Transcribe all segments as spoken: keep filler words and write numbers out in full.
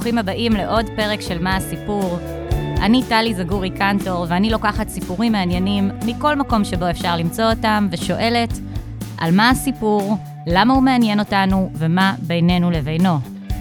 ברוכים הבאים לעוד פרק של מה הסיפור. אני טלי זגורי קנטור, ואני לוקחת סיפורים מעניינים מכל מקום שבו אפשר למצוא אותם, ושואלת על מה הסיפור, למה הוא מעניין אותנו, ומה בינינו לבינו.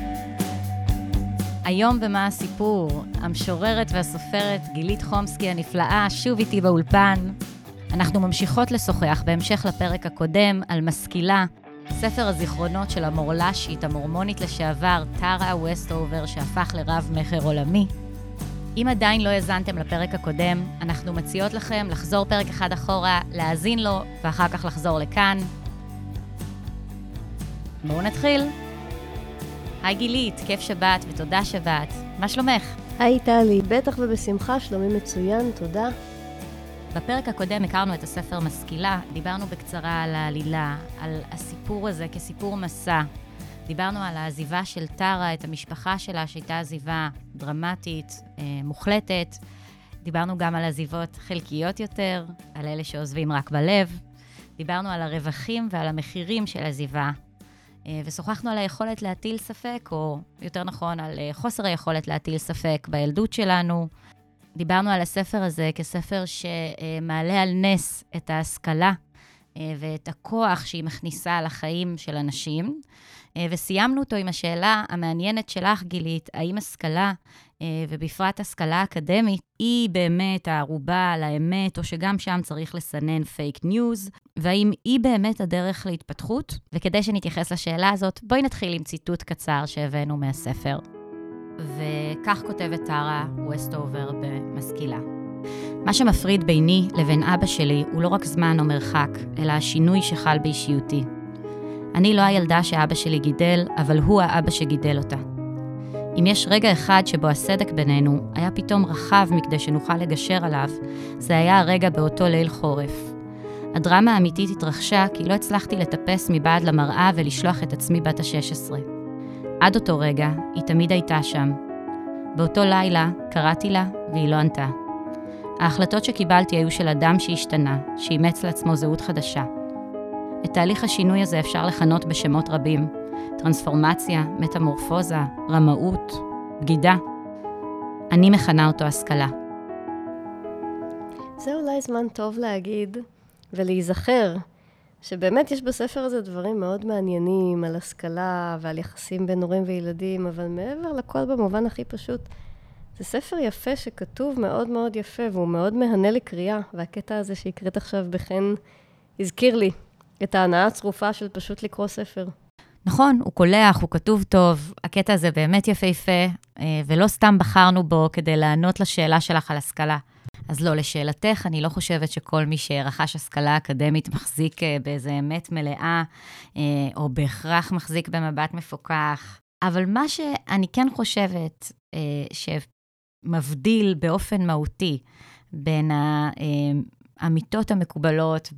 היום במה הסיפור, המשוררת והסופרת גילית חומסקי הנפלאה, שוב איתי באולפן. אנחנו ממשיכות לשוחח בהמשך לפרק הקודם על משכילה, ספר הזיכרונות של המורלשית, המורמונית לשעבר, טרה ווסטאובר, שהפך לרב מחר עולמי. אם עדיין לא האזנתם לפרק הקודם, אנחנו מציעות לכם לחזור פרק אחד אחורה, להאזין לו, ואחר כך לחזור לכאן. בואו נתחיל. היי גילית, כיף שבת ותודה שבת. מה שלומך? היי טלי, בטח ובשמחה, שלומי מצוין, תודה. בפרק הקודם הכרנו את הספר משכילה, דיברנו בקצרה על העלילה, על הסיפור הזה כסיפור מסע. דיברנו על העזיבה של טרה, את המשפחה שלה, שהייתה עזיבה דרמטית, מוחלטת. דיברנו גם על עזיבות חלקיות יותר, על אלה שעוזבים רק בלב. דיברנו על הרווחים ועל המחירים של עזיבה. ושוחחנו על היכולת להטיל ספק, או יותר נכון, על חוסר היכולת להטיל ספק בילדות שלנו. דיברנו על הספר הזה כספר שמעלה על נס את ההשכלה ואת הכוח שהיא מכניסה לחיים של אנשים, וסיימנו אותו עם השאלה המעניינת שלך, גילית, האם השכלה, ובפרט השכלה אקדמית, היא באמת הערובה על האמת, או שגם שם צריך לסנן פייק ניוז, והאם היא באמת הדרך להתפתחות? וכדי שנתייחס לשאלה הזאת, בואי נתחיל עם ציטוט קצר שהבאנו מהספר. וכך כותבת טרה ווסטאובר במשכילה. מה שמפריד ביני לבין אבא שלי הוא לא רק זמן או מרחק, אלא השינוי שחל באישיותי. אני לא הילדה שאבא שלי גידל, אבל הוא האבא שגידל אותה. אם יש רגע אחד שבו הסדק בינינו היה פתאום רחב מכדי שנוכל לגשר עליו, זה היה הרגע באותו ליל חורף. הדרמה האמיתית התרחשה כי לא הצלחתי לטפס מבעד למראה ולשלוח את עצמי בת ה-שש עשרה. עד אותו רגע, היא תמיד הייתה שם. באותו לילה, קראתי לה, והיא לא ענתה. ההחלטות שקיבלתי היו של אדם שהשתנה, שאימץ לעצמו זהות חדשה. את תהליך השינוי הזה אפשר לכנות בשמות רבים. טרנספורמציה, מטמורפוזה, רמאות, בגידה. אני מכנה אותו השכלה. זה אולי זמן טוב להגיד ולהיזכר. שבאמת יש בספר הזה דברים מאוד מעניינים על השכלה ועל יחסים בין הורים וילדים, אבל מעבר לכל במובן הכי פשוט, זה ספר יפה שכתוב מאוד מאוד יפה, והוא מאוד מהנה לקריאה, והקטע הזה שהקראת עכשיו בכן הזכיר לי את ההנאה הצרופה של פשוט לקרוא ספר. נכון, הוא קולח, הוא כתוב טוב, הקטע הזה באמת יפהפה, ולא סתם בחרנו בו כדי לענות לשאלה שלך על השכלה. אז לא, לשאלתך, אני לא חושבת שכל מי שרכש השכלה אקדמית מחזיק באיזה אמת מלאה, או בהכרח מחזיק במבט מפוקח. אבל מה שאני כן חושבת שמבדיל באופן מהותי בין האמיתות המקובלות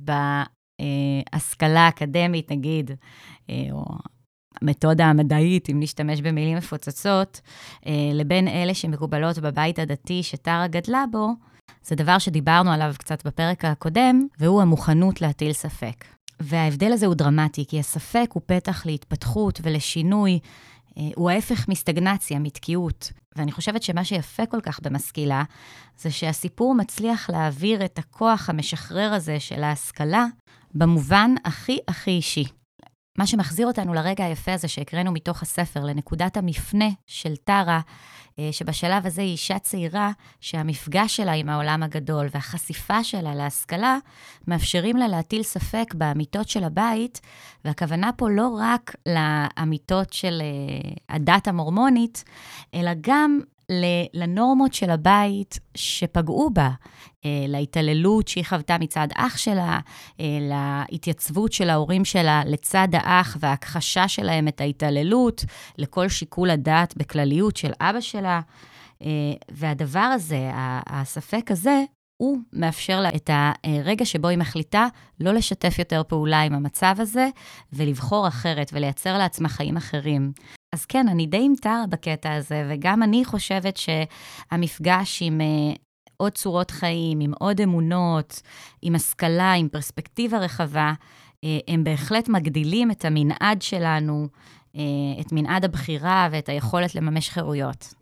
בהשכלה האקדמית, נגיד, או המתודה המדעית, אם נשתמש במילים מפוצצות, לבין אלה שמקובלות בבית הדתי שטרה גדלה בו, זה דבר שדיברנו עליו קצת בפרק הקודם, והוא המוכנות להטיל ספק. וההבדל הזה הוא דרמטי, כי הספק הוא פתח להתפתחות ולשינוי, הוא ההפך מסטגנציה, מתקיעות. ואני חושבת שמה שיפה כל כך במשכילה, זה שהסיפור מצליח להעביר את הכוח המשחרר הזה של ההשכלה, במובן הכי הכי אישי. מה שמחזיר אותנו לרגע היפה הזה שהקראנו מתוך הספר, לנקודת המפנה של טרה, שבשלב הזה היא אישה צעירה, שהמפגש שלה עם העולם הגדול והחשיפה שלה להשכלה, מאפשרים לה להטיל ספק באמיתות של הבית, והכוונה פה לא רק לאמיתות של הדת המורמונית, אלא גם לנורמות של הבית שפגעו בה, להתעללות שהיא חוותה מצד אח שלה, להתייצבות של ההורים שלה לצד האח וההכחשה שלהם את ההתעללות, לכל שיקול הדעת בכלליות של אבא שלה. והדבר הזה, הספק הזה, הוא מאפשר לה את הרגע שבו היא מחליטה לא לשתף יותר פעולה עם המצב הזה, ולבחור אחרת ולייצר לעצמה חיים אחרים. אז כן, אני די עם טרה בקטע הזה, וגם אני חושבת שהמפגש עם עוד צורות חיים, עם עוד אמונות, עם השכלה, עם פרספקטיבה רחבה, הם בהחלט מגדילים את המנעד שלנו את מנעד הבחירה ואת היכולת לממש חירויות.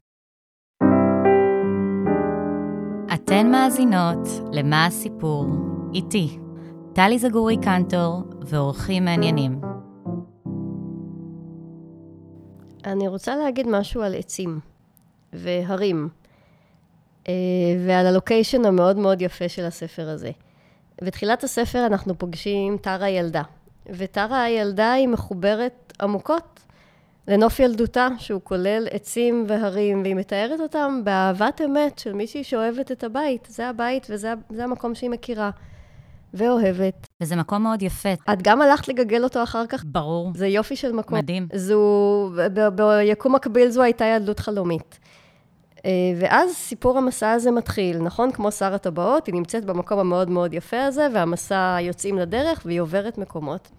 אתן מאזינות למה הסיפור, איתי, טלי זגורי קנטור ואורחים מעניינים. אני רוצה להגיד משהו על עצים והרים, ועל הלוקיישן המאוד מאוד יפה של הספר הזה. בתחילת הספר אנחנו פוגשים טרה ילדה, וטרה הילדה היא מחוברת עמוקות לנוף ילדותה, שהוא כולל עצים והרים, והיא מתארת אותם באהבת אמת של מישהי שאוהבת את הבית. זה הבית וזה זה המקום שהיא מכירה ואוהבת. וזה מקום מאוד יפה. את גם הלכת לגגל אותו אחר כך? ברור. זה יופי של מקום. מדהים. זו, ביקום מקביל זו הייתה ילדות חלומית. ואז סיפור המסע הזה מתחיל, נכון? כמו שר הטבעות, היא נמצאת במקום המאוד מאוד יפה הזה, והמסע יוצאים לדרך והיא עוברת מקומות.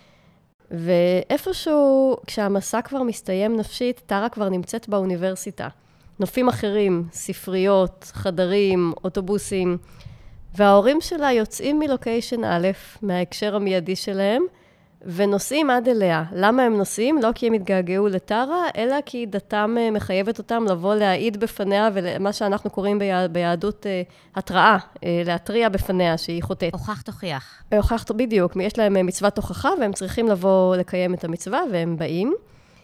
ואיפשהו, כשהמסע כבר מסתיים נפשית, טרה כבר נמצאת באוניברסיטה. נופים אחרים, ספריות, חדרים, אוטובוסים, וההורים שלה יוצאים מלוקיישן א', מההקשר המיידי שלהם, ונוסעים עד אליה. למה הם נוסעים? לא כי הם התגעגעו לטרה, אלא כי דתם מחייבת אותם לבוא להעיד בפניה, ומה שאנחנו קוראים ביהדות התראה, להתריע בפניה שהיא חוטאת. הוכח תוכיח. הוכח, בדיוק. יש להם מצוות הוכחה, והם צריכים לבוא לקיים את המצווה, והם באים.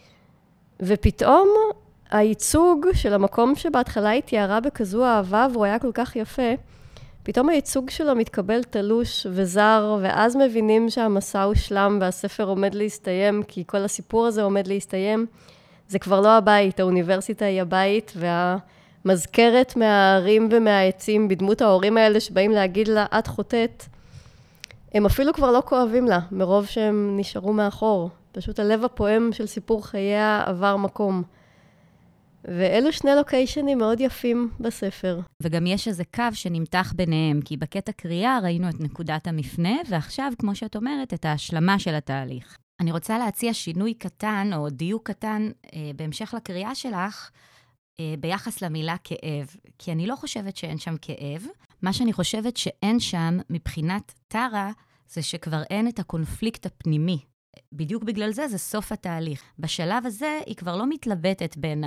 ופתאום הייצוג של המקום שבהתחלה היא תיארה בכזו אהבה, והוא היה כל כך יפה, פתאום הייצוג שלו מתקבל תלוש וזר, ואז מבינים שהמסע הוא שלם והספר עומד להסתיים, כי כל הסיפור הזה עומד להסתיים. זה כבר לא הבית, האוניברסיטה היא הבית, והמזכרת מהערים ומהעצים, בדמות ההורים האלה שבאים להגיד לה, את חוטאת, הם אפילו כבר לא כואבים לה, מרוב שהם נשארו מאחור. פשוט הלב הפועם של סיפור חייה עבר מקום. ואלו שני לוקיישנים מאוד יפים בספר. וגם יש איזה קו שנמתח ביניהם, כי בקטע קריאה ראינו את נקודת המפנה, ועכשיו, כמו שאת אומרת, את ההשלמה של התהליך. אני רוצה להציע שינוי קטן, או דיוק קטן, אה, בהמשך לקריאה שלך, אה, ביחס למילה כאב. כי אני לא חושבת שאין שם כאב. מה שאני חושבת שאין שם, מבחינת טרה, זה שכבר אין את הקונפליקט הפנימי. בדיוק בגלל זה, זה סוף התהליך. בשלב הזה, היא כבר לא מתלבטת בין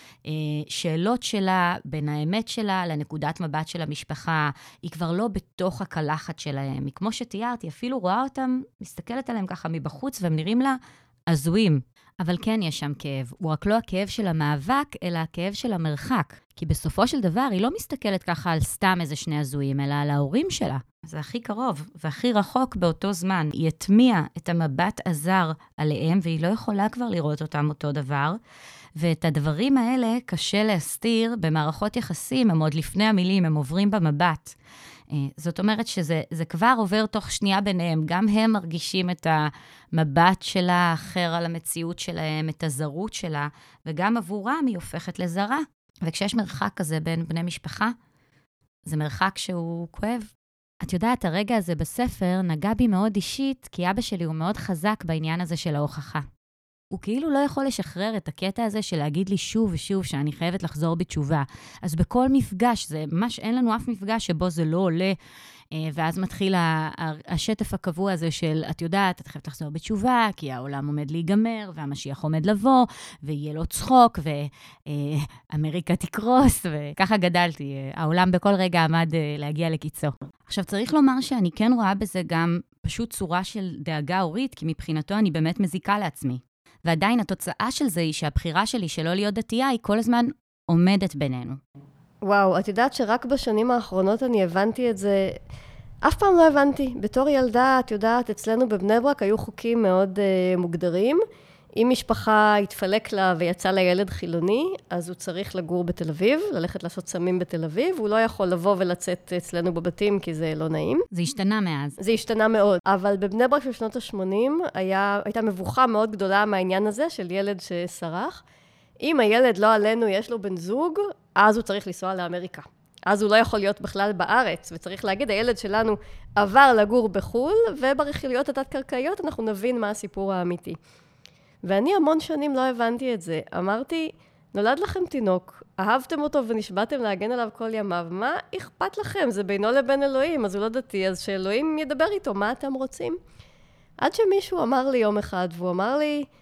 השאלות שלה, בין האמת שלה, לנקודת מבט של המשפחה. היא כבר לא בתוך הקלחת שלהם. היא, כמו שתיארת, היא אפילו רואה אותם, מסתכלת עליהם ככה מבחוץ, והם נראים לה הזויים. אבל כן יש שם כאב. הוא רק לא הכאב של המאבק, אלא הכאב של המרחק. כי בסופו של דבר, היא לא מסתכלת ככה על סתם איזה שני הזויים, אלא על ההורים שלה. זה הכי קרוב והכי רחוק באותו זמן. היא התמיעה את המבט הזר עליהם, והיא לא יכולה כבר לראות אותם אותו דבר. ואת הדברים האלה קשה להסתיר במערכות יחסים, הם עוד לפני המילים, הם עוברים במבט. זאת אומרת שזה זה כבר עובר תוך שנייה ביניהם, גם הם מרגישים את המבט שלה האחר על המציאות שלהם, את הזרות שלה, וגם עבורם היא הופכת לזרה. וכשיש מרחק כזה בין בני משפחה, זה מרחק שהוא כואב. את יודעת, הרגע הזה בספר נגע בי מאוד אישית, כי אבא שלי הוא מאוד חזק בעניין הזה של ההוכחה. הוא כאילו לא יכול לשחרר את הקטע הזה של להגיד לי שוב ושוב שאני חייבת לחזור בתשובה. אז בכל מפגש, זה ממש אין לנו אף מפגש שבו זה לא עולה, ואז מתחיל השטף הקבוע הזה של, את יודעת, את חייבת לחזור בתשובה, כי העולם עומד להיגמר, והמשיח עומד לבוא, ויהיה לו צחוק, ואמריקה תקרוס, וככה גדלתי. העולם בכל רגע עמד להגיע לקיצו. עכשיו, צריך לומר שאני כן רואה בזה גם פשוט צורה של דאגה הורית, כי מבחינתו אני באמת מזיקה לעצמי. ועדיין התוצאה של זה היא שהבחירה שלי שלא להיות דתייה היא כל הזמן עומדת בינינו. וואו, את יודעת שרק בשנים האחרונות אני הבנתי את זה, אף פעם לא הבנתי. בתור ילדה, את יודעת, אצלנו בבני ברק היו חוקים מאוד uh, מוגדרים. אם משפחה התפלק לה ויצא לילד חילוני, אז הוא צריך לגור בתל אביב, ללכת לעשות סמים בתל אביב, הוא לא יכול לבוא ולצאת אצלנו בבתים, כי זה לא נעים. זה השתנה מאז. זה השתנה מאוד. אבל בבני ברק של שנות ה-שמונים, היה, הייתה מבוכה מאוד גדולה מהעניין הזה של ילד שסרח. אם הילד לא עלינו, יש לו בן זוג, אז הוא צריך לנסוע לאמריקה. אז הוא לא יכול להיות בכלל בארץ, וצריך להגיד, הילד שלנו עבר לגור בחול, וברכילויות התת-קרקעיות אנחנו נבין מה הסיפור האמיתי. ואני המון שנים לא הבנתי את זה. אמרתי, נולד לכם תינוק, אהבתם אותו ונשבעתם להגן עליו כל ימיו, מה אכפת לכם? זה בינו לבין אלוהים, אז הוא לא דתי, אז שאלוהים ידבר איתו, מה אתם רוצים? עד שמישהו אמר לי יום אחד, והוא אמר לי,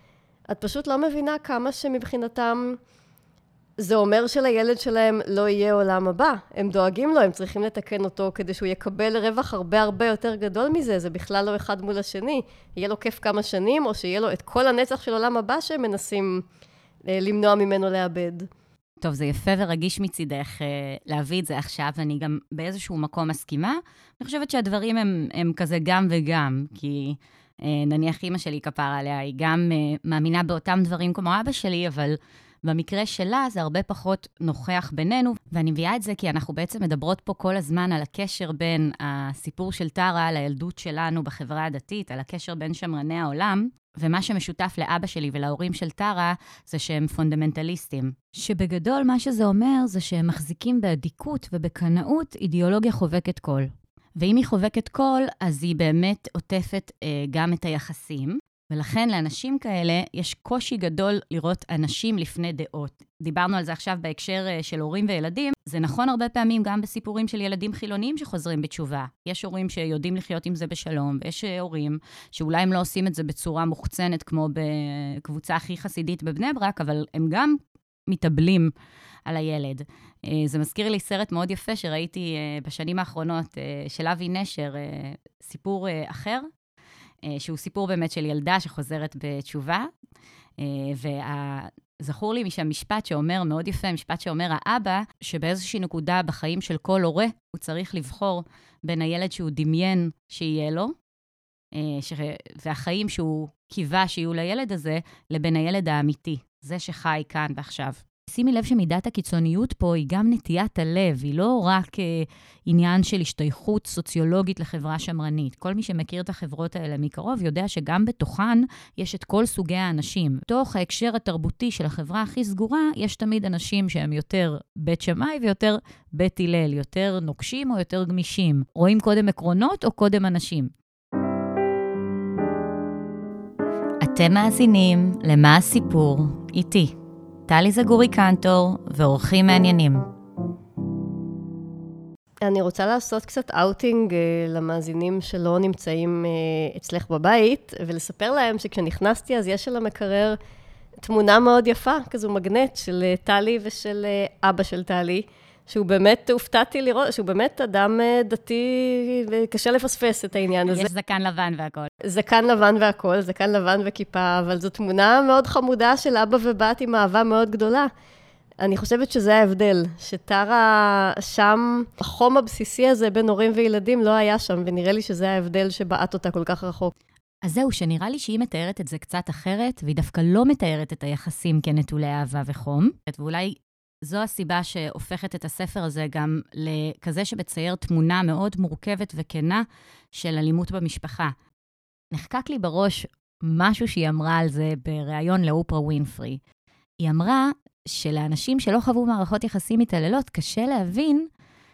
את פשוט לא מבינה כמה שמבחינתם זה אומר שלילד שלהם לא יהיה עולם הבא. הם דואגים לו, הם צריכים לתקן אותו כדי שהוא יקבל רווח הרבה הרבה יותר גדול מזה. זה בכלל לא אחד מול השני. יהיה לו כיף כמה שנים, או שיהיה לו את כל הנצח של עולם הבא שהם מנסים למנוע ממנו לאבד. טוב, זה יפה ורגיש מצידך להביא את זה עכשיו, ואני גם באיזשהו מקום מסכימה. אני חושבת שהדברים הם, הם כזה גם וגם, כי נניח אמא שלי כפרה עליה, היא גם מאמינה באותם דברים כמו אבא שלי, אבל במקרה שלה זה הרבה פחות נוכח בינינו, ואני מביאה את זה כי אנחנו בעצם מדברות פה כל הזמן על הקשר בין הסיפור של טרה לילדות שלנו בחברה הדתית, על הקשר בין שמרני העולם, ומה שמשותף לאבא שלי ולהורים של טרה זה שהם פונדמנטליסטים. שבגדול מה שזה אומר זה שהם מחזיקים באדיקות ובקנאות אידיאולוגיה חובקת כל. ואם היא חובקת כל, אז היא באמת עוטפת אה, גם את היחסים. ולכן לאנשים כאלה יש קושי גדול לראות אנשים לפני דעות. דיברנו על זה עכשיו בהקשר של הורים וילדים. זה נכון הרבה פעמים גם בסיפורים של ילדים חילוניים שחוזרים בתשובה. יש הורים שיודעים לחיות עם זה בשלום, ויש הורים שאולי הם לא עושים את זה בצורה מוחצנת, כמו בקבוצה הכי חסידית בבני ברק, אבל הם גם מתאבלים על הילד. זה מזכיר לי סרט מאוד יפה שראיתי בשנים האחרונות של אבי נשר, סיפור אחר, שהוא סיפור באמת של ילדה שחוזרת בתשובה, וזכור לי משם משפט שאומר, מאוד יפה, משפט שאומר האבא, שבאיזושהי נקודה בחיים של כל הורה, הוא צריך לבחור בין הילד שהוא דמיין שיהיה לו, והחיים שהוא קיווה שיהיו לילד הזה, לבין הילד האמיתי, זה שחי כאן ועכשיו. שימי לב שמידת הקיצוניות פה היא גם נטיית הלב, היא לא רק אה, עניין של השתייכות סוציולוגית לחברה שמרנית. כל מי שמכיר את החברות האלה מקרוב יודע שגם בתוכן יש את כל סוגי האנשים. בתוך ההקשר התרבותי של החברה הכי סגורה, יש תמיד אנשים שהם יותר בית שמאי ויותר בית הלל, יותר נוקשים או יותר גמישים. רואים קודם עקרונות או קודם אנשים? אתם מאזינים למה הסיפור איתי. טלי זגורי קנטור ואורחים מעניינים. אני רוצה לעשות קצת אאוטינג למאזינים שלא נמצאים אצלך בבית, ולספר להם שכשנכנסתי אז יש על המקרר תמונה מאוד יפה, כזו מגנט של טלי ושל אבא של טלי, שהוא באמת, הופתעתי לראות, שהוא באמת אדם דתי, וקשה לפספס את העניין הזה. יש זקן לבן והכל. זקן לבן והכל, זקן לבן וכיפה, אבל זו תמונה מאוד חמודה של אבא ובת עם אהבה מאוד גדולה. אני חושבת שזה ההבדל, שטרה שם, החום הבסיסי הזה בין הורים וילדים לא היה שם, ונראה לי שזה ההבדל שבעט אותה כל כך רחוק. אז זהו, שנראה לי שהיא מתארת את זה קצת אחרת, והיא דווקא לא מתארת את היחסים כנטולי אהבה וחום, ואולי זו הסיבה שהופכת את הספר הזה גם לכזה שמצייר תמונה מאוד מורכבת וכנה של אלימות במשפחה. נחקק לי בראש משהו שהיא אמרה על זה בריאיון לאופרה ווינפרי. היא אמרה שלאנשים שלא חוו מערכות יחסים מתעללות, קשה להבין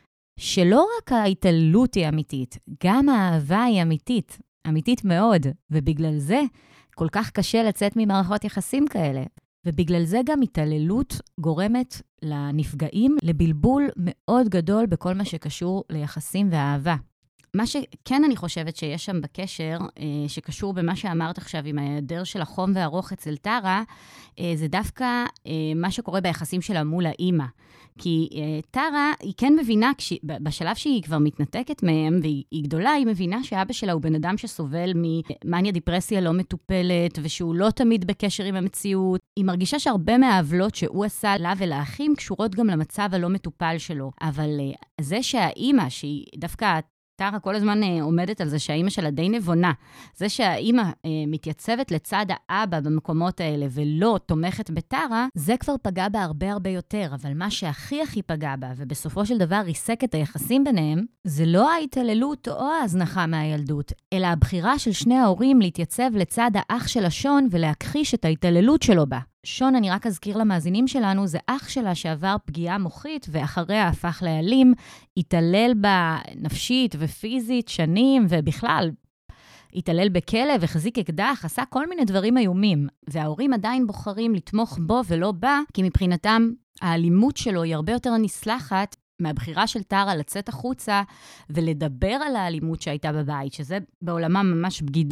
שלא רק ההתעללות היא אמיתית, גם האהבה היא אמיתית, אמיתית מאוד, ובגלל זה כל כך קשה לצאת ממערכות יחסים כאלה. ובגלל זה גם התעללות גורמת לנפגעים לבלבול מאוד גדול בכל מה שקשור ליחסים ואהבה. מה שכן אני חושבת שיש שם בקשר, שקשור במה שאמרת עכשיו עם ההיעדר של החום והרוך אצל טרה, זה דווקא מה שקורה ביחסים שלה מול האימא. כי טרה, היא כן מבינה, בשלב שהיא כבר מתנתקת מהם, והיא גדולה, היא מבינה שאבא שלה הוא בן אדם שסובל ממניה דיפרסיה לא מטופלת, ושהוא לא תמיד בקשר עם המציאות. היא מרגישה שהרבה מהעוולות שהוא עשה לה ולאחים, קשורות גם למצב הלא מטופל שלו. אבל זה שהאימא, שהיא דווקא טרה כל הזמן עומדת על זה שהאימא שלה די נבונה. זה שהאימא אה, מתייצבת לצד האבא במקומות האלה ולא תומכת בטרה, זה כבר פגע בה הרבה הרבה יותר. אבל מה שהכי הכי פגע בה, ובסופו של דבר ריסק את היחסים ביניהם, זה לא ההתעללות או ההזנחה מהילדות, אלא הבחירה של שני ההורים להתייצב לצד האח של השון ולהכחיש את ההתעללות שלו בה. שון, אני רק אזכיר למאזינים שלנו, זה אח שלה שעבר פגיעה מוחית, ואחריה הפך לאלים, התעלל בה נפשית ופיזית שנים, ובכלל, התעלל בכלא וחזיק אקדח, עשה כל מיני דברים איומים, וההורים עדיין בוחרים לתמוך בו ולא בה, כי מבחינתם האלימות שלו היא הרבה יותר נסלחת, מהבחירה של טרה לצאת החוצה, ולדבר על האלימות שהייתה בבית, שזה בעולמה ממש בגידה.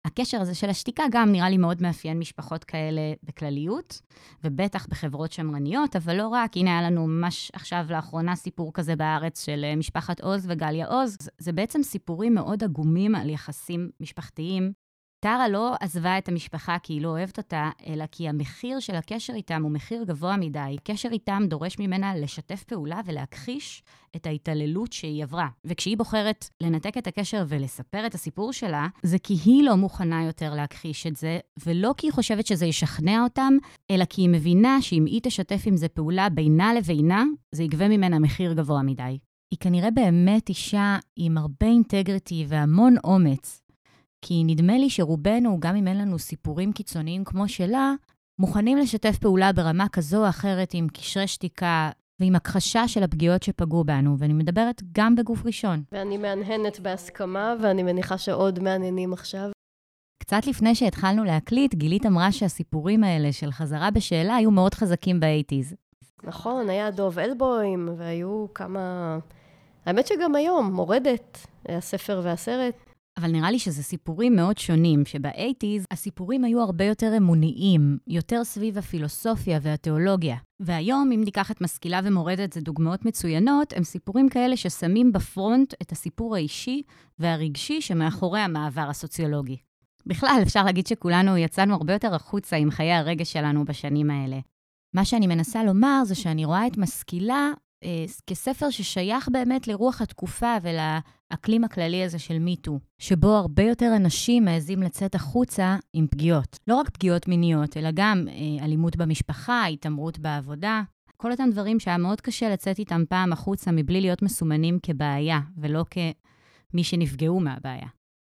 הקשר הזה של השתיקה גם נראה לי מאוד מאפיין משפחות כאלה בכלליות, ובטח בחברות שמרניות, אבל לא רק. הנה היה לנו ממש עכשיו לאחרונה סיפור כזה בארץ של משפחת עוז וגליה עוז. זה בעצם סיפורים מאוד עגומים על יחסים משפחתיים. טרה לא עזבה את המשפחה כי היא לא אוהבת אותה, אלא כי המחיר של הקשר איתם הוא מחיר גבוה מדי. קשר איתם דורש ממנה לשתף פעולה ולהכחיש את ההתעללות שהיא עברה. וכשהיא בוחרת לנתק את הקשר ולספר את הסיפור שלה, זה כי היא לא מוכנה יותר להכחיש את זה, ולא כי היא חושבת שזה ישכנע אותם, אלא כי היא מבינה שאם היא תשתף עם זה פעולה בינה לבינה, זה יגבה ממנה מחיר גבוה מדי. היא כנראה באמת אישה עם הרבה אינטגריטי והמון אומץ, כי נדמה לי שרובנו, גם אם אין לנו סיפורים קיצוניים כמו שלה, מוכנים לשתף פעולה ברמה כזו או אחרת עם קשרי שתיקה ועם הכחשה של הפגיעות שפגעו בנו, ואני מדברת גם בגוף ראשון. ואני מהנהנת בהסכמה, ואני מניחה שעוד מעניינים עכשיו. קצת לפני שהתחלנו להקליט, גילית אמרה שהסיפורים האלה של חזרה בשאלה היו מאוד חזקים ב-שמונים. נכון, היה דוב אלבוים, והיו כמה... האמת שגם היום, מורדת, הספר והסרט. אבל נראה לי שזה סיפורים מאוד שונים, שב-שמונים הסיפורים היו הרבה יותר אמוניים, יותר סביב הפילוסופיה והתיאולוגיה. והיום, אם ניקח את משכילה ומורדת, זה דוגמאות מצוינות, הם סיפורים כאלה ששמים בפרונט את הסיפור האישי והרגשי שמאחורי המעבר הסוציולוגי. בכלל, אפשר להגיד שכולנו יצאנו הרבה יותר החוצה עם חיי הרגש שלנו בשנים האלה. מה שאני מנסה לומר זה שאני רואה את משכילה אה, כספר ששייך באמת לרוח התקופה ולאקלים הכללי הזה של מיטו, שבו הרבה יותר אנשים מעזים לצאת החוצה עם פגיעות. לא רק פגיעות מיניות, אלא גם אה, אלימות במשפחה, התאמרות בעבודה. כל אותם דברים שהיה מאוד קשה לצאת איתם פעם החוצה מבלי להיות מסומנים כבעיה, ולא כמי שנפגעו מהבעיה.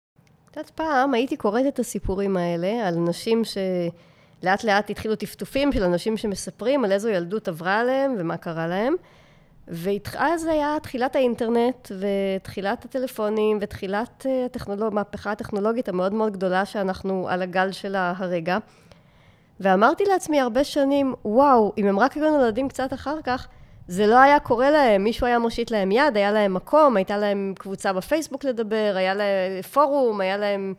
קצת פעם הייתי קוראת את הסיפורים האלה על נשים שלאט לאט התחילו טפטופים של אנשים שמספרים על איזו ילדות עברה עליהם ומה קרה להם. ואז היה תחילת האינטרנט ותחילת הטלפונים ותחילת הטכנולוג... המהפכה הטכנולוגית המאוד מאוד גדולה שאנחנו על הגל שלה הרגע. ואמרתי לעצמי הרבה שנים, וואו, אם הם רק היו נולדים קצת אחר כך, זה לא היה קורה להם, מישהו היה מושיט להם יד, היה להם מקום, הייתה להם קבוצה בפייסבוק לדבר, היה להם פורום, היה להם...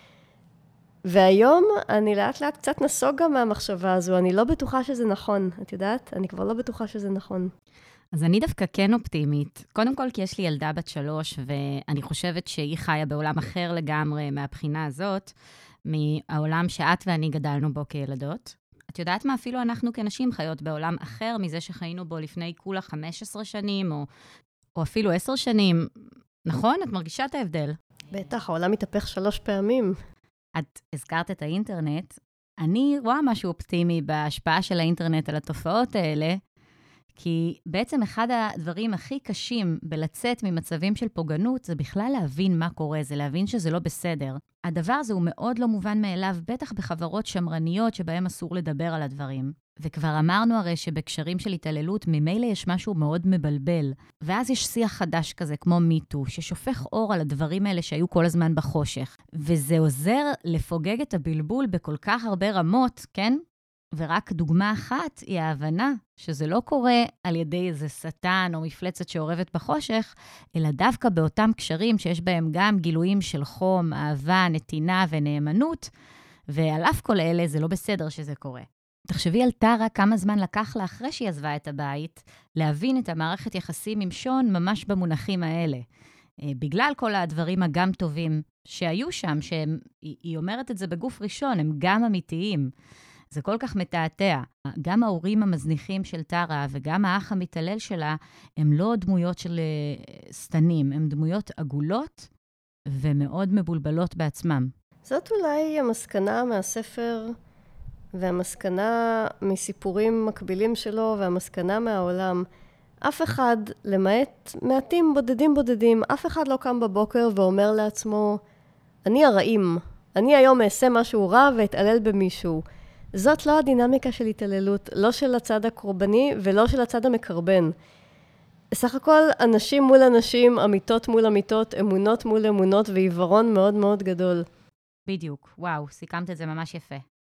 והיום אני לאט לאט קצת נסוג גם מהמחשבה הזו, אני לא בטוחה שזה נכון, את יודעת? אני כבר לא בטוחה שזה נכון. אז אני דווקא כן אופטימית. קודם כל כי יש לי ילדה בת שלוש, ואני חושבת שהיא חיה בעולם אחר לגמרי מהבחינה הזאת, מהעולם שאת ואני גדלנו בו כילדות. את יודעת מה? אפילו אנחנו כנשים חיות בעולם אחר מזה שחיינו בו לפני כולה חמש עשרה שנים, או, או אפילו עשר שנים. נכון? את מרגישה את ההבדל? בטח, העולם מתהפך שלוש פעמים. את הזכרת את האינטרנט. אני רואה משהו אופטימי בהשפעה של האינטרנט על התופעות האלה, כי בעצם אחד הדברים הכי קשים בלצאת ממצבים של פוגענות, זה בכלל להבין מה קורה, זה להבין שזה לא בסדר. הדבר הזה הוא מאוד לא מובן מאליו, בטח בחברות שמרניות שבהם אסור לדבר על הדברים. וכבר אמרנו הרי שבקשרים של התעללות, ממילא יש משהו מאוד מבלבל. ואז יש שיח חדש כזה, כמו מיטו, ששופך אור על הדברים האלה שהיו כל הזמן בחושך. וזה עוזר לפוגג את הבלבול בכל כך הרבה רמות, כן? ורק דוגמה אחת היא ההבנה שזה לא קורה על ידי איזה שטן או מפלצת שעורבת בחושך, אלא דווקא באותם קשרים שיש בהם גם גילויים של חום, אהבה, נתינה ונאמנות, ועל אף כל אלה זה לא בסדר שזה קורה. תחשבי על טרה כמה זמן לקח לה אחרי שהיא עזבה את הבית, להבין את המערכת יחסים עם שון ממש במונחים האלה. בגלל כל הדברים הגם טובים שהיו שם, שהיא אומרת את זה בגוף ראשון, הם גם אמיתיים. זה כל כך מתעתע. גם ההורים המזניחים של טרה וגם האח המתעלל שלה, הם לא דמויות של סתנים, הם דמויות עגולות ומאוד מבולבלות בעצמם. זאת אולי המסקנה מהספר והמסקנה מסיפורים מקבילים שלו והמסקנה מהעולם. אף אחד, למעט מעטים בודדים בודדים, אף אחד לא קם בבוקר ואומר לעצמו, אני הרעים, אני היום אעשה משהו רע ואתעלל במישהו. זאת לא הדינמיקה של התעללות, לא של הצד הקורבני ולא של הצד המקרבן. סך הכל אנשים מול אנשים, אמיתות מול אמיתות, אמונות מול אמונות ועיוורון מאוד מאוד גדול. בדיוק, וואו, סיכמת את זה ממש יפה.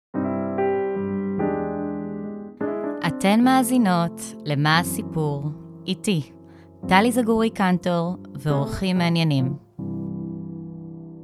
אתן מאזינות למה הסיפור, איתי, טלי זגורי קנטור ואורחים מעניינים.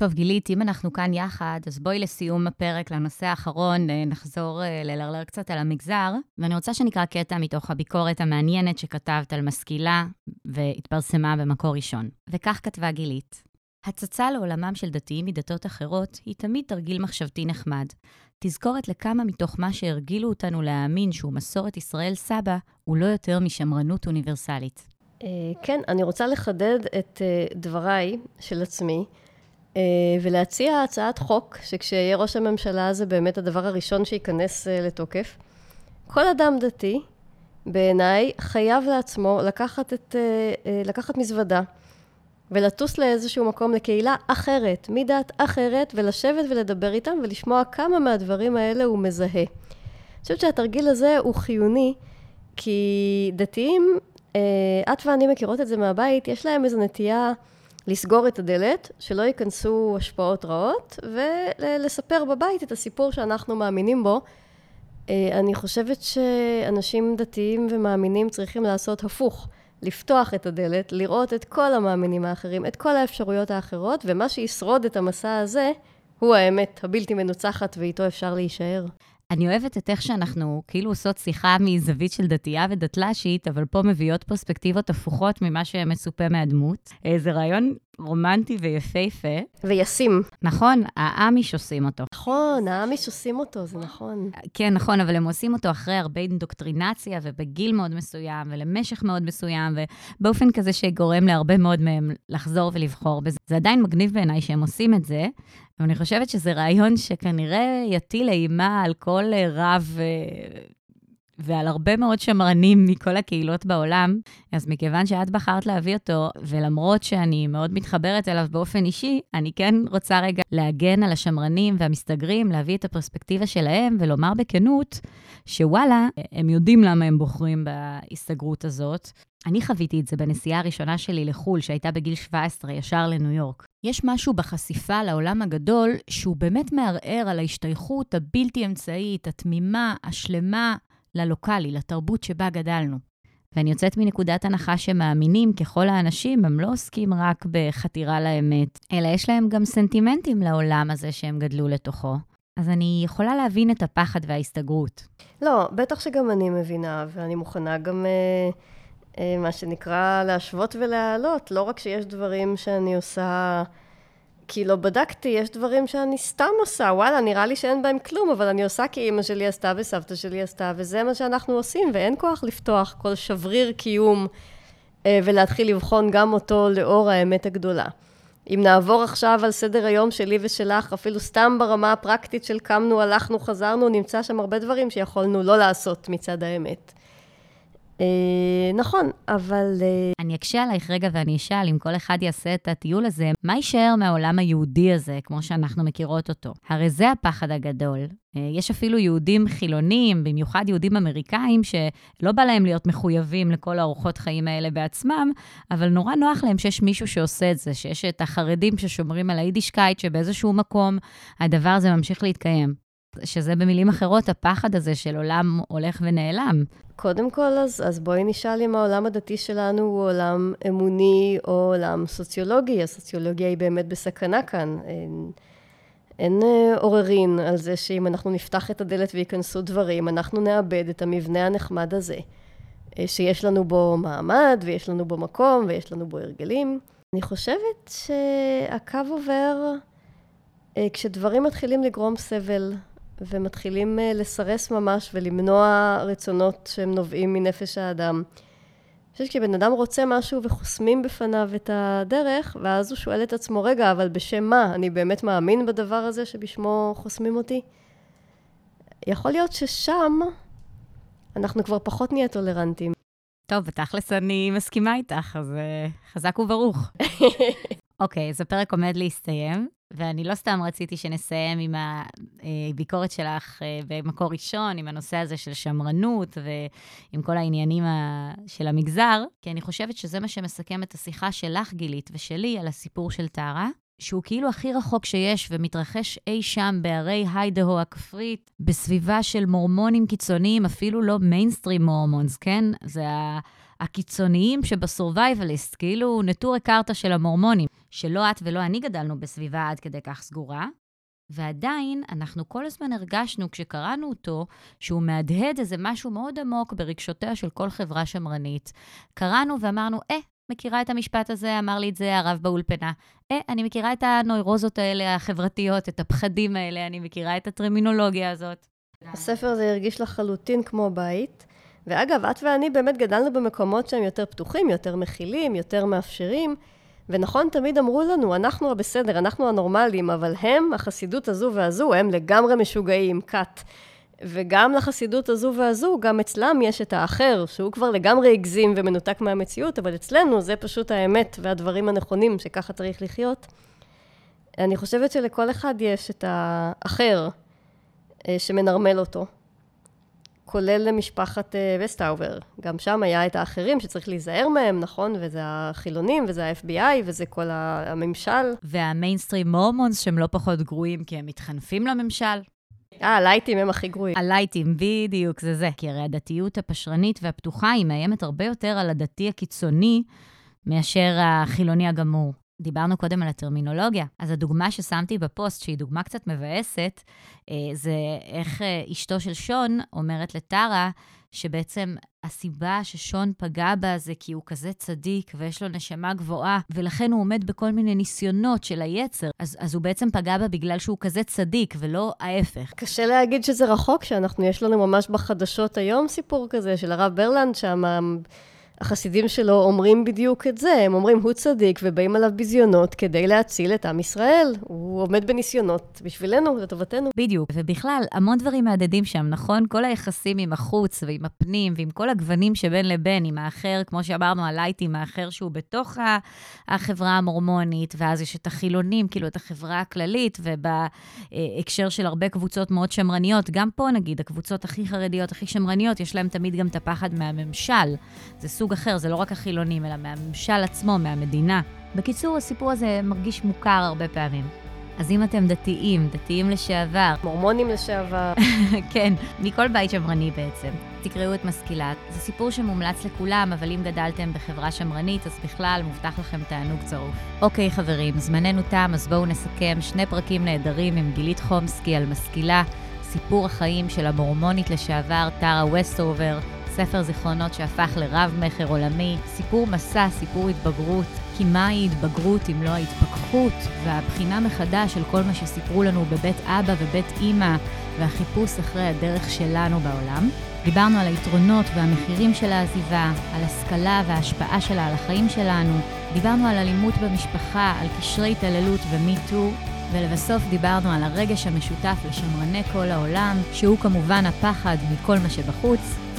טוב, גילית, אם אנחנו כאן יחד, אז בואי לסיום הפרק, לנושא האחרון, נחזור ללרלר קצת על המגזר, ואני רוצה שנקרא קטע מתוך הביקורת המעניינת שכתבת על משכילה, והתפרסמה במקור ראשון. וכך כתבה גילית: הצצה לעולמם של דתיים מדתות אחרות היא תמיד תרגיל מחשבתי נחמד. תזכורת לכמה מתוך מה שהרגילו אותנו להאמין שהוא מסורת ישראל סבא, הוא לא יותר משמרנות אוניברסלית. כן, אני רוצה לחדד את דבריי של עצמי, ולהציע הצעת חוק שכשיהיה ראש הממשלה זה באמת הדבר הראשון שייכנס לתוקף. כל אדם דתי, בעיניי, חייב לעצמו לקחת, את, לקחת מזוודה, ולטוס לאיזשהו מקום לקהילה אחרת, מדת אחרת, ולשבת ולדבר איתם, ולשמוע כמה מהדברים האלה הוא מזהה. אני חושבת שהתרגיל הזה הוא חיוני, כי דתיים, את ואני מכירות את זה מהבית, יש להם איזו נטייה לסגור את הדלת, שלא ייכנסו השפעות רעות, ולספר בבית את הסיפור שאנחנו מאמינים בו. אני חושבת שאנשים דתיים ומאמינים צריכים לעשות הפוך, לפתוח את הדלת, לראות את כל המאמינים האחרים, את כל האפשרויות האחרות, ומה שישרוד את המסע הזה, הוא האמת הבלתי מנוצחת, ואיתו אפשר להישאר. אני אוהבת את איך שאנחנו כאילו עושות שיחה מזווית של דתייה ודתל"שית, אבל פה מביאות פרספקטיבות הפוכות ממה שמצופה מהדמות. זה רעיון רומנטי ויפהפה. וישים. נכון, האמיש עושים אותו. נכון, האמיש עושים אותו, זה נכון. כן, נכון, אבל הם עושים אותו אחרי הרבה אינדוקטרינציה, ובגיל מאוד מסוים, ולמשך מאוד מסוים, ובאופן כזה שגורם להרבה מאוד מהם לחזור ולבחור בזה. זה עדיין מגניב בעיניי שהם עושים את זה, אבל אני חושבת שזה רעיון שכנראה יטיל אימה על כל רב ועל הרבה מאוד שמרנים מכל הקהילות בעולם. אז מכיוון שאת בחרת להביא אותו, ולמרות שאני מאוד מתחברת אליו באופן אישי, אני כן רוצה רגע להגן על השמרנים והמסתגרים, להביא את הפרספקטיבה שלהם, ולומר בכנות שוואלה, הם יודעים למה הם בוחרים בהסתגרות הזאת. אני חוויתי את זה בנסיעה הראשונה שלי לחול, שהייתה בגיל שבע עשרה, ישר לניו יורק. יש משהו בחשיפה לעולם הגדול, שהוא באמת מערער על ההשתייכות הבלתי אמצעית, התמימה, השלמה, ללוקלי, לתרבות שבה גדלנו. ואני יוצאת מנקודת הנחה שמאמינים ככל האנשים, הם לא עוסקים רק בחתירה לאמת, אלא יש להם גם סנטימנטים לעולם הזה שהם גדלו לתוכו. אז אני יכולה להבין את הפחד וההסתגרות. לא, בטח שגם אני מבינה, ואני מוכנה גם אה, אה, מה שנקרא להשוות ולהעלות. לא רק שיש דברים שאני עושה, כי לא בדקתי, יש דברים שאני סתם עושה. וואלה, נראה לי שאין בהם כלום, אבל אני עושה כי אמא שלי עשתה וסבתא שלי עשתה, וזה מה שאנחנו עושים, ואין כוח לפתוח כל שבריר קיום אה, ולהתחיל לבחון גם אותו לאור האמת הגדולה. אם נעבור עכשיו על סדר היום שלי ושלך, אפילו סתם ברמה הפרקטית של קמנו, הלכנו, חזרנו, נמצא שם הרבה דברים שיכולנו לא לעשות מצד האמת. אה, נכון, אבל... אה... אני אקשה עלייך רגע ואני אשאל, אם כל אחד יעשה את הטיול הזה, מה יישאר מהעולם היהודי הזה, כמו שאנחנו מכירות אותו? הרי זה הפחד הגדול. אה, יש אפילו יהודים חילונים, במיוחד יהודים אמריקאים, שלא בא להם להיות מחויבים לכל האורחות חיים האלה בעצמם, אבל נורא נוח להם שיש מישהו שעושה את זה, שיש את החרדים ששומרים על היידישקייט, שבאיזשהו מקום הדבר הזה ממשיך להתקיים. שזה במילים אחרות, הפחד הזה של עולם הולך ונעלם. קודם כל, אז, אז בואי נשאל אם העולם הדתי שלנו הוא עולם אמוני או עולם סוציולוגי. הסוציולוגיה היא באמת בסכנה כאן. אין, אין עוררין על זה שאם אנחנו נפתח את הדלת וייכנסו דברים, אנחנו נאבד את המבנה הנחמד הזה, שיש לנו בו מעמד ויש לנו בו מקום ויש לנו בו הרגלים. אני חושבת שהקו עובר כשדברים מתחילים לגרום סבל, ומתחילים לסרס ממש ולמנוע רצונות שהם נובעים מנפש האדם. אני חושבת שבן אדם רוצה משהו וחוסמים בפניו את הדרך, ואז הוא שואל את עצמו, רגע, אבל בשם מה? אני באמת מאמין בדבר הזה שבשמו חוסמים אותי? יכול להיות ששם אנחנו כבר פחות נהיה טולרנטים. טוב, בתכלס אני מסכימה איתך, אז חזק וברוך. אוקיי, אז הפרק עומד להסתיים, ואני לא סתם רציתי שנסיים עם הביקורת שלך במקור ראשון, עם הנושא הזה של שמרנות, ועם כל העניינים של המגזר, כי אני חושבת שזה מה שמסכם את השיחה שלך, גילית, ושלי, על הסיפור של טרה, שהוא כאילו הכי רחוק שיש, ומתרחש אי שם בערי היידהו הכפרית, בסביבה של מורמונים קיצוניים, אפילו לא מיינסטרים מורמונס, כן? זה הקיצוניים שבסורווייבליסט, כאילו נטורי קרתא של המורמונים, שלא את ולא אני גדלנו בסביבה עד כדי כך סגורה, ועדיין אנחנו כל הזמן הרגשנו כשקראנו אותו, שהוא מהדהד איזה משהו מאוד עמוק ברגשותיה של כל חברה שמרנית. קראנו ואמרנו, אה, מכירה את המשפט הזה, אמר לי את זה הרב באולפנה. אה, אני מכירה את הנוירוזות האלה החברתיות, את הפחדים האלה, אני מכירה את הטרמינולוגיה הזאת. הספר הזה הרגיש לחלוטין כמו בית, ואגב, את ואני באמת גדלנו במקומות שהם יותר פתוחים, יותר מכילים, יותר מאפשרים, ונכון, תמיד אמרו לנו, אנחנו הבסדר, אנחנו הנורמליים, אבל הם, החסידות הזו והזו, הם לגמרי משוגעים, קאט. וגם לחסידות הזו והזו, גם אצלם יש את האחר, שהוא כבר לגמרי הגזים ומנותק מהמציאות, אבל אצלנו זה פשוט האמת והדברים הנכונים שככה צריך לחיות. אני חושבת שלכל אחד יש את האחר שמנרמל אותו. כולל למשפחת וסטאובר. גם שם היה את האחרים שצריך להיזהר מהם, נכון? וזה החילונים, וזה ה-אף בי איי, וזה כל הממשל. והמיינסטרים מורמונס שהם לא פחות גרועים, כי הם מתחנפים לממשל. אה, הלייטים הם הכי גרועים. הלייטים, בדיוק, זה זה. כי הרי הדתיות הפשרנית והפתוחה היא מאיימת הרבה יותר על הדתי הקיצוני, מאשר החילוני הגמור. דיברנו קודם על הטרמינולוגיה, אז הדוגמה ששמתי בפוסט, שהיא דוגמה קצת מבאסת, זה איך אשתו של שון אומרת לטרה, שבעצם הסיבה ששון פגע בה זה כי הוא כזה צדיק, ויש לו נשמה גבוהה, ולכן הוא עומד בכל מיני ניסיונות של היצר, אז, אז הוא בעצם פגע בה בגלל שהוא כזה צדיק, ולא ההפך. קשה להגיד שזה רחוק, שאנחנו, יש לנו ממש בחדשות היום סיפור כזה, של הרב ברלנד, שם החסידים שלו אומרים בדיוק את זה, הם אומרים הוא צדיק ובאים עליו בזיונות כדי להציל את עם ישראל. הוא עומד בניסיונות בשבילנו, לטובתנו. בדיוק, ובכלל המון דברים מהדהדים שם, נכון? כל היחסים עם החוץ ועם הפנים ועם כל הגוונים שבין לבין, עם האחר, כמו שאמרנו, הלייטים, האחר שהוא בתוך החברה המורמונית, ואז יש את החילונים, כאילו את החברה הכללית, ובהקשר של הרבה קבוצות מאוד שמרניות, גם פה נגיד, הקבוצות הכי חרדיות, הכי שמרניות, יש להם תמיד גם את הפחד מהממשל. זה סוג אחר, זה לא רק החילונים, אלא מהממשל עצמו, מהמדינה. בקיצור, הסיפור הזה מרגיש מוכר הרבה פעמים. אז אם אתם דתיים, דתיים לשעבר, מורמונים לשעבר, כן, מכל בית שמרני בעצם, תקראו את משכילה. זה סיפור שמומלץ לכולם, אבל אם גדלתם בחברה שמרנית, אז בכלל מובטח לכם תענוג צרוף. אוקיי חברים, זמננו תם, אז בואו נסכם שני פרקים נהדרים עם גילית חומסקי על משכילה, סיפור החיים של המורמונית לשעבר, טרה וסטאובר, ספר זיכרונות שהפך לרב מחר עולמי, סיפור מסע, סיפור התבגרות, כי מהי התבגרות אם לא ההתפכחות, והבחינה מחדש של כל מה שסיפרו לנו בבית אבא ובית אמא, והחיפוש אחרי הדרך שלנו בעולם. דיברנו על היתרונות והמחירים של העזיבה, על השכלה וההשפעה שלה על החיים שלנו, דיברנו על אלימות במשפחה, על קשרי התעללות ומיטו, ולבסוף דיברנו על הרגש המשותף לשמרני כל העולם, שהוא כמובן הפחד מכל מה שבחוץ.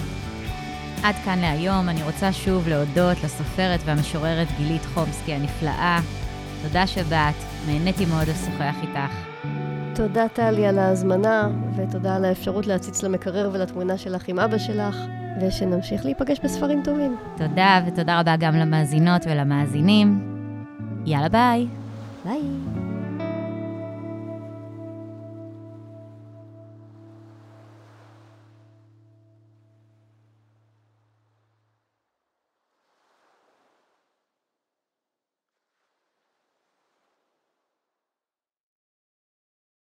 עד כאן להיום, אני רוצה שוב להודות לסופרת והמשוררת גילית חומסקי הנפלאה. תודה שבאת, נהניתי מאוד לשוחח איתך. תודה טלי על ההזמנה, ותודה על האפשרות להציץ למקרר ולתמונה שלך עם אבא שלך, ושנמשיך להיפגש בספרים טובים. תודה, ותודה רבה גם למאזינות ולמאזינים. יאללה ביי. ביי.